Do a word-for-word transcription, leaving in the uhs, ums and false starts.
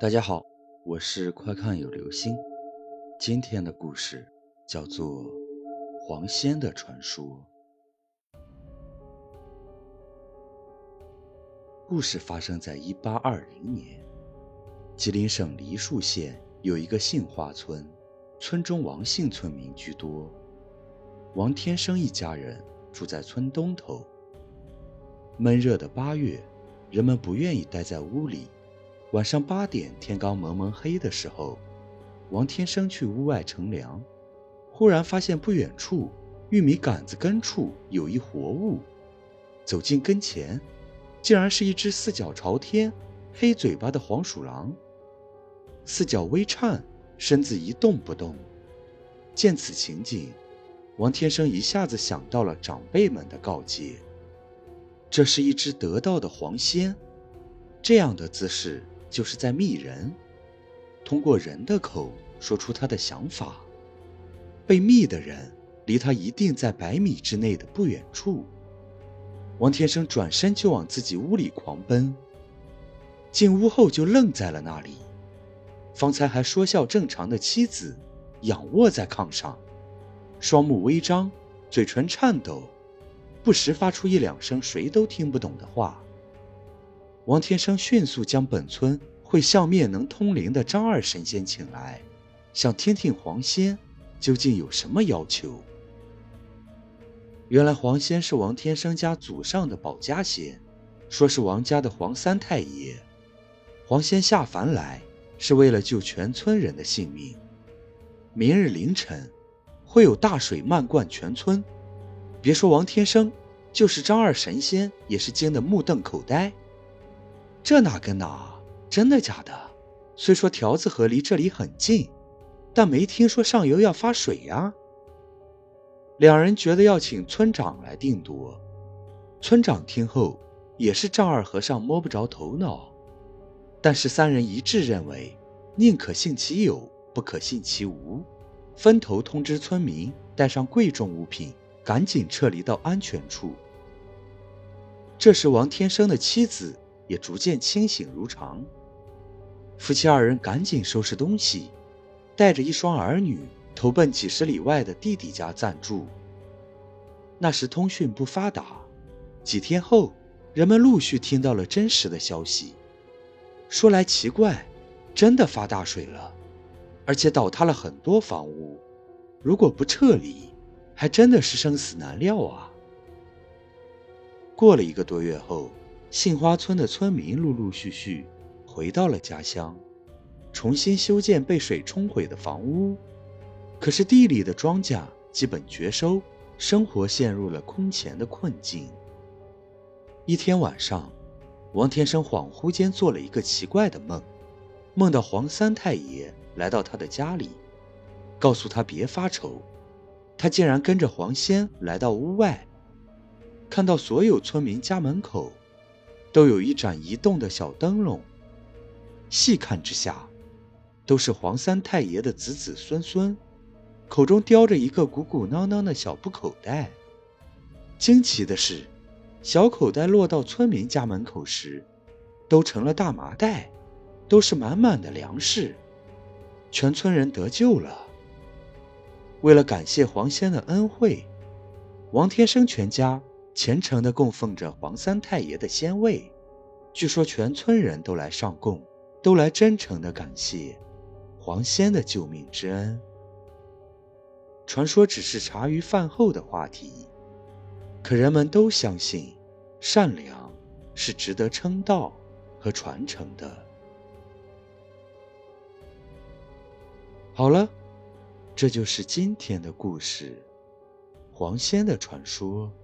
大家好，我是快看有流星。今天的故事叫做黄仙的传说。故事发生在一八二零年，吉林省梨树县有一个杏花村，村中王姓村民居多。王天生一家人住在村东头。闷热的八月，人们不愿意待在屋里。晚上八点，天刚蒙蒙黑的时候，王天生去屋外乘凉，忽然发现不远处玉米杆子根处有一活物。走近跟前，竟然是一只四脚朝天、黑嘴巴的黄鼠狼，四脚微颤，身子一动不动。见此情景，王天生一下子想到了长辈们的告诫，这是一只得道的黄仙，这样的姿势就是在密人，通过人的口说出他的想法。被密的人离他一定在百米之内的不远处。王天生转身就往自己屋里狂奔，进屋后就愣在了那里。方才还说笑正常的妻子仰卧在炕上，双目微张，嘴唇颤抖，不时发出一两声谁都听不懂的话。王天生迅速将本村会相面能通灵的张二神仙请来，想听听黄仙究竟有什么要求。原来黄仙是王天生家祖上的保家仙，说是王家的黄三太爷。黄仙下凡来是为了救全村人的性命。明日凌晨会有大水漫灌全村，别说王天生，就是张二神仙也是惊得目瞪口呆。这哪跟哪？真的假的？虽说条子河离这里很近，但没听说上游要发水呀。两人觉得要请村长来定夺。村长听后也是丈二和尚摸不着头脑，但是三人一致认为宁可信其有，不可信其无，分头通知村民带上贵重物品，赶紧撤离到安全处。这时王天生的妻子也逐渐清醒如常，夫妻二人赶紧收拾东西，带着一双儿女投奔几十里外的弟弟家暂住。那时通讯不发达，几天后人们陆续听到了真实的消息。说来奇怪，真的发大水了，而且倒塌了很多房屋，如果不撤离，还真的是生死难料啊。过了一个多月后，杏花村的村民陆陆续续回到了家乡，重新修建被水冲毁的房屋。可是地里的庄稼基本绝收，生活陷入了空前的困境。一天晚上，王天生恍惚间做了一个奇怪的梦，梦到黄三太爷来到他的家里，告诉他别发愁。他竟然跟着黄仙来到屋外，看到所有村民家门口都有一盏移动的小灯笼，细看之下都是黄三太爷的子子孙孙，口中叼着一个鼓鼓囊囊的小布口袋。惊奇的是，小口袋落到村民家门口时都成了大麻袋，都是满满的粮食，全村人得救了。为了感谢黄仙的恩惠，王天生全家虔诚地供奉着黄三太爷的仙位。据说全村人都来上供，都来真诚地感谢黄仙的救命之恩。传说只是茶余饭后的话题，可人们都相信善良是值得称道和传承的。好了，这就是今天的故事，黄仙的传说。